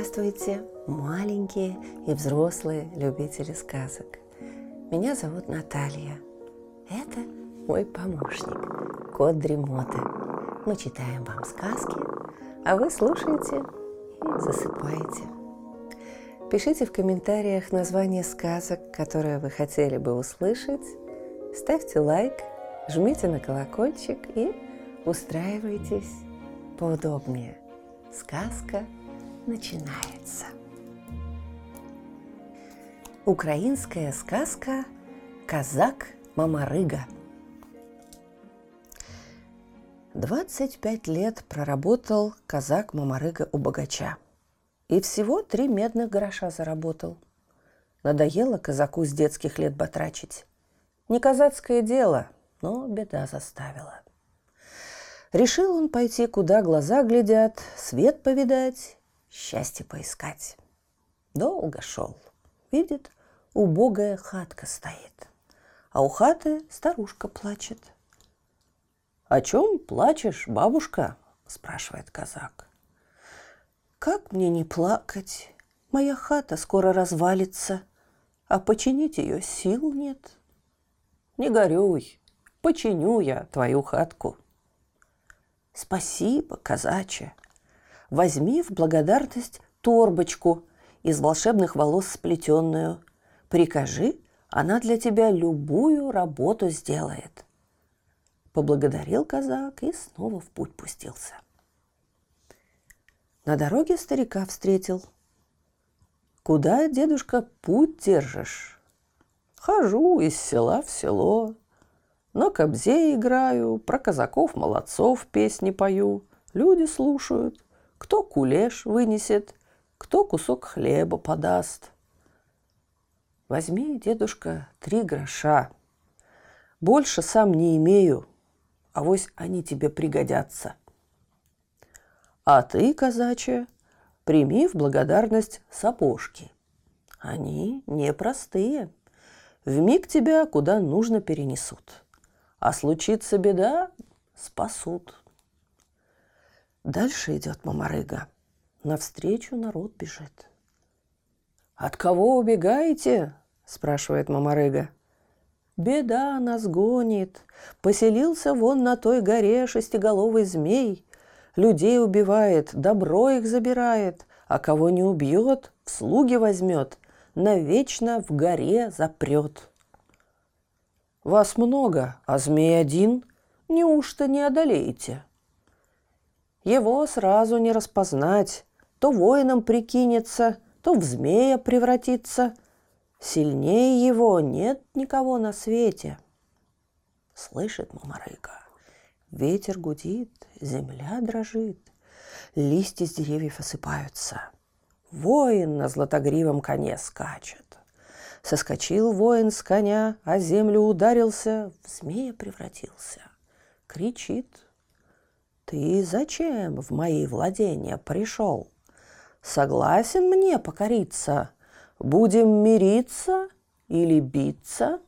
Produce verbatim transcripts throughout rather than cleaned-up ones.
Здравствуйте, маленькие и взрослые любители сказок. Меня зовут Наталья. Это мой помощник, кот Дремота. Мы читаем вам сказки, а вы слушаете и засыпаете. Пишите в комментариях названия сказок, которые вы хотели бы услышать. Ставьте лайк, жмите на колокольчик и устраивайтесь поудобнее. Сказка начинается. Украинская сказка «Казак Мамарыга». двадцать пять лет проработал казак Мамарыга у богача. И всего три медных гроша заработал. Надоело казаку с детских лет батрачить. Не казацкое дело, но беда заставила. Решил он пойти, куда глаза глядят, свет повидать, счастье поискать. Долго шел. Видит, убогая хатка стоит, а у хаты старушка плачет. «О чем плачешь, бабушка?» – спрашивает казак. «Как мне не плакать? Моя хата скоро развалится, а починить ее сил нет». «Не горюй, починю я твою хатку». «Спасибо, казаче. Возьми в благодарность торбочку из волшебных волос сплетенную. Прикажи, она для тебя любую работу сделает». Поблагодарил казак и снова в путь пустился. На дороге старика встретил. «Куда, дедушка, путь держишь?» «Хожу из села в село. На кобзе играю, про казаков-молодцов песни пою. Люди слушают. Кто кулеш вынесет, кто кусок хлеба подаст». «Возьми, дедушка, три гроша. Больше сам не имею, авось они тебе пригодятся. А ты, казаче, прими в благодарность сапожки. Они непростые. Вмиг тебя куда нужно перенесут. А случится беда, спасут». Дальше идет Мамарыга. Навстречу народ бежит. «От кого убегаете?» – спрашивает Мамарыга. «Беда нас гонит. Поселился вон на той горе шестиголовый змей. Людей убивает, добро их забирает, а кого не убьет, в слуги возьмет, навечно в горе запрет». «Вас много, а змей один. Неужто не одолеете?» «Его сразу не распознать. То воином прикинется, то в змея превратится. Сильнее его нет никого на свете». Слышит Мамарыга. Ветер гудит, земля дрожит, листья с деревьев осыпаются. Воин на златогривом коне скачет. Соскочил воин с коня, а землю ударился, в змея превратился. Кричит: «Ты зачем в мои владения пришел? Согласен мне покориться? Будем мириться или биться?»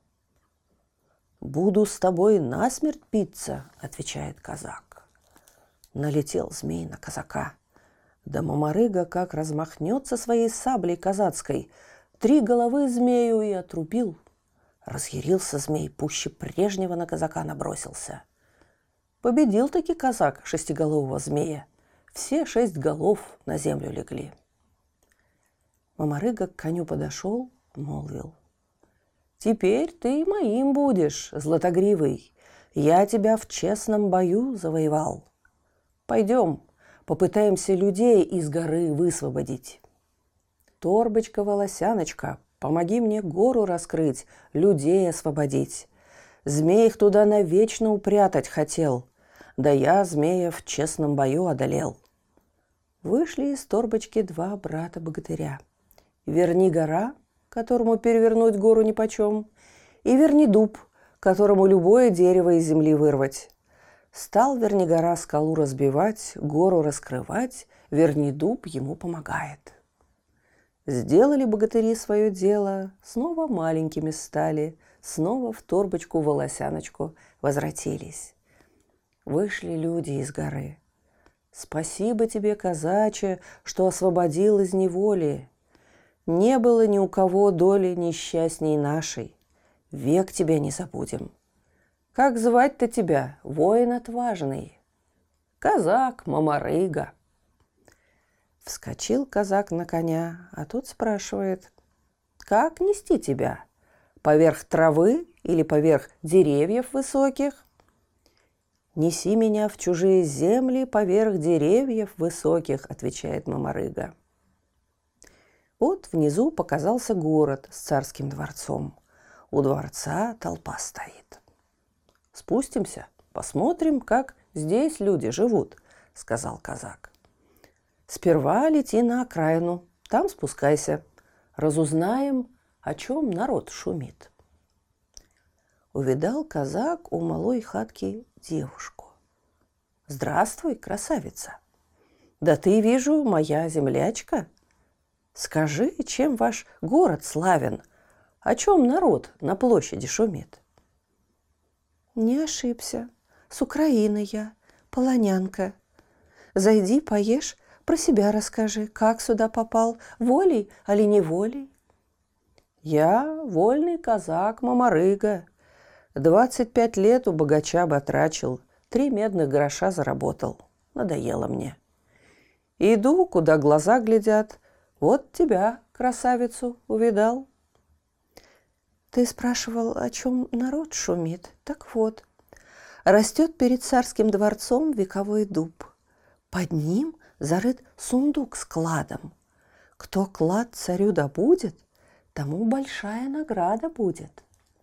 «Буду с тобой насмерть биться», — отвечает казак. Налетел змей на казака. Да Мамарыга как размахнется своей саблей казацкой, три головы змею и отрубил. Разъярился змей, пуще прежнего на казака набросился. Победил таки казак шестиголового змея. Все шесть голов на землю легли. Мамарыга к коню подошел, молвил: «Теперь ты моим будешь, златогривый. Я тебя в честном бою завоевал. Пойдем, попытаемся людей из горы высвободить. Торбочка-волосяночка, помоги мне гору раскрыть, людей освободить. Змей их туда навечно упрятать хотел, да я змея в честном бою одолел». Вышли из торбочки два брата-богатыря. Верни-гора, которому перевернуть гору нипочем, и Верни-дуб, которому любое дерево из земли вырвать. Стал Верни-гора скалу разбивать, гору раскрывать, Верни-дуб ему помогает. Сделали богатыри свое дело, снова маленькими стали, снова в торбочку-волосяночку возвратились. Вышли люди из горы. Спасибо тебе, казаче, что освободил из неволи. Не было ни у кого доли несчастней нашей. Век тебя не забудем. Как звать-то тебя, воин отважный? Казак Мамарыга. Вскочил казак на коня, а тот спрашивает: как нести тебя? Поверх травы или поверх деревьев высоких? Неси меня в чужие земли поверх деревьев высоких, отвечает Мамарыга. Вот внизу показался город с царским дворцом. У дворца толпа стоит. Спустимся, посмотрим, как здесь люди живут, сказал казак. Сперва лети на окраину, там спускайся. Разузнаем, о чем народ шумит. Увидал казак у малой хатки девушку. Здравствуй, красавица. Да ты, вижу, моя землячка. Скажи, чем ваш город славен? О чем народ на площади шумит? Не ошибся. С Украины я, полонянка. Зайди, поешь, про себя расскажи, как сюда попал, волей, али неволей. Я вольный казак Мамарыга. Двадцать пять лет у богача батрачил, три медных гроша заработал. Надоело мне. Иду, куда глаза глядят. Вот тебя, красавицу, увидал. Ты спрашивал, о чем народ шумит? Так вот, растет перед царским дворцом вековой дуб. Под ним зарыт сундук с кладом. Кто клад царю добудет, тому большая награда будет.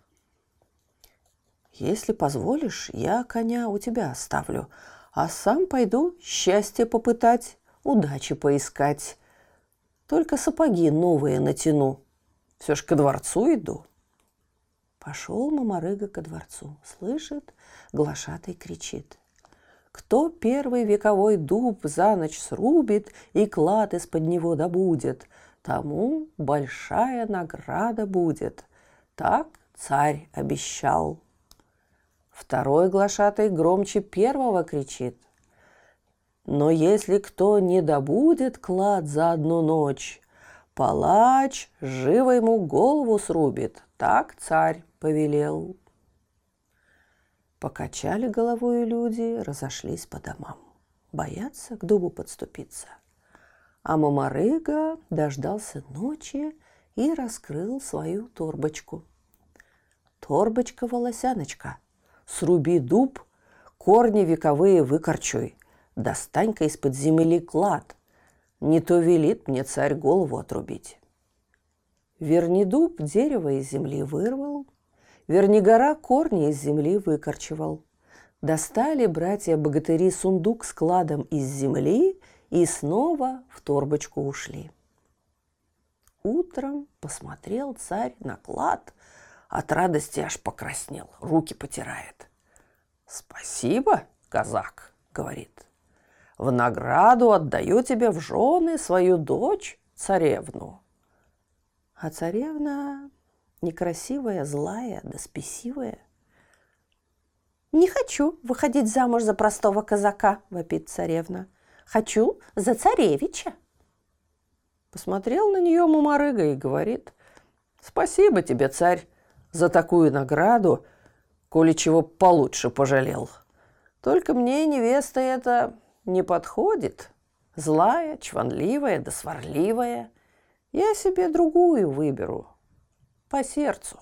Если позволишь, я коня у тебя оставлю, а сам пойду счастье попытать, удачи поискать. Только сапоги новые натяну. Все ж ко дворцу иду. Пошел Мамарыга ко дворцу. Слышит, глашатай кричит: кто первый вековой дуб за ночь срубит и клад из-под него добудет, тому большая награда будет. Так царь обещал. Второй глашатай громче первого кричит: но если кто не добудет клад за одну ночь, палач живо ему голову срубит. Так царь повелел. Покачали головой люди, разошлись по домам. Боятся к дубу подступиться. А Мамарыга дождался ночи и раскрыл свою торбочку. Торбочка-волосяночка, сруби дуб, корни вековые выкорчуй. Достань-ка из-под земли клад, не то велит мне царь голову отрубить. Вернидуб дерево из земли вырвал, Вернигора корни из земли выкорчевал. Достали братья-богатыри сундук с кладом из земли и снова в торбочку ушли. Утром посмотрел царь на клад, от радости аж покраснел, руки потирает. «Спасибо, казак», — говорит. «В награду отдаю тебе в жены свою дочь, царевну». А царевна некрасивая, злая, да спесивая. «Не хочу выходить замуж за простого казака», — вопит царевна. «Хочу за царевича». Посмотрел на нее Мамарыга и говорит: «Спасибо тебе, царь, за такую награду, коли чего получше пожалел. Только мне невеста эта не подходит. Злая, чванливая да сварливая. Я себе другую выберу, по сердцу».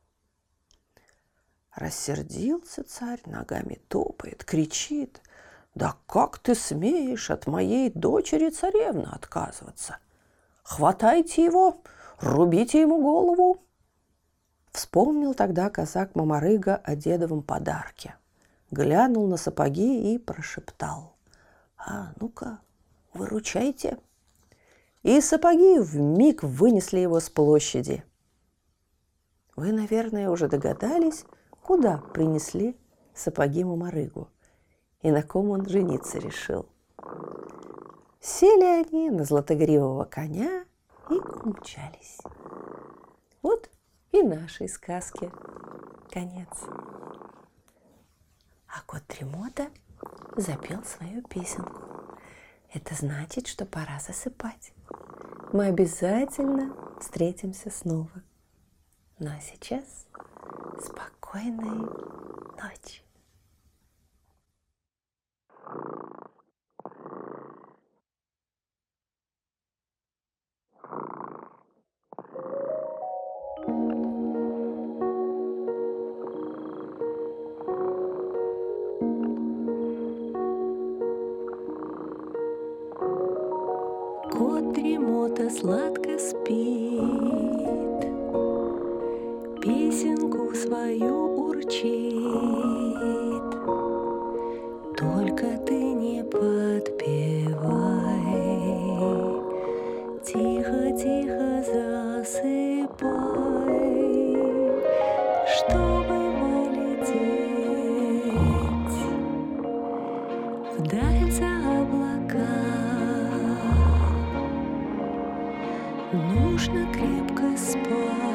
Рассердился царь, ногами топает, кричит: «Да как ты смеешь от моей дочери царевны отказываться? Хватайте его, рубите ему голову». Вспомнил тогда казак Мамарыга о дедовом подарке. Глянул на сапоги и прошептал: «А ну-ка, выручайте». И сапоги вмиг вынесли его с площади. Вы, наверное, уже догадались, куда принесли сапоги Мамарыгу и на ком он жениться решил. Сели они на златогривого коня и умчались. Вот и нашей сказке конец. А кот Дремота запел свою песенку. Это значит, что пора засыпать. Мы обязательно встретимся снова. Ну а сейчас спокойной ночи. Кот дремота сладко спит, песенку свою урчит. Только ты не подпевай, тихо-тихо засыпай, чтобы полететь вдаль за облака. Нужно крепко спать.